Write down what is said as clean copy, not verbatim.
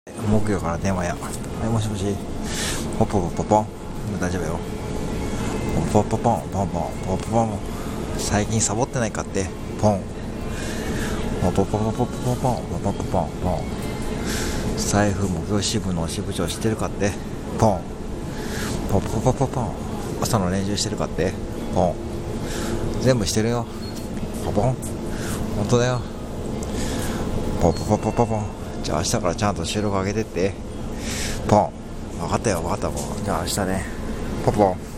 木曜から電話や。はい、もしもし。ポポポポポン。大丈夫よ。ポポポポン、ポンポン、ポポポン。最近サボってないかって。ポン。ポポポポポポポン、ポポポポン、ポン。財布木曜支部の支部長知ってるかって。ポン。ポポポポポン。朝の練習してるかって。ポン。全部してるよ。ポポン。本当だよ。ポポポポポポン。じゃあ明日からちゃんと収録上げてって。ポン。分かったよ、分かったもん。じゃあ明日ね。ポポン。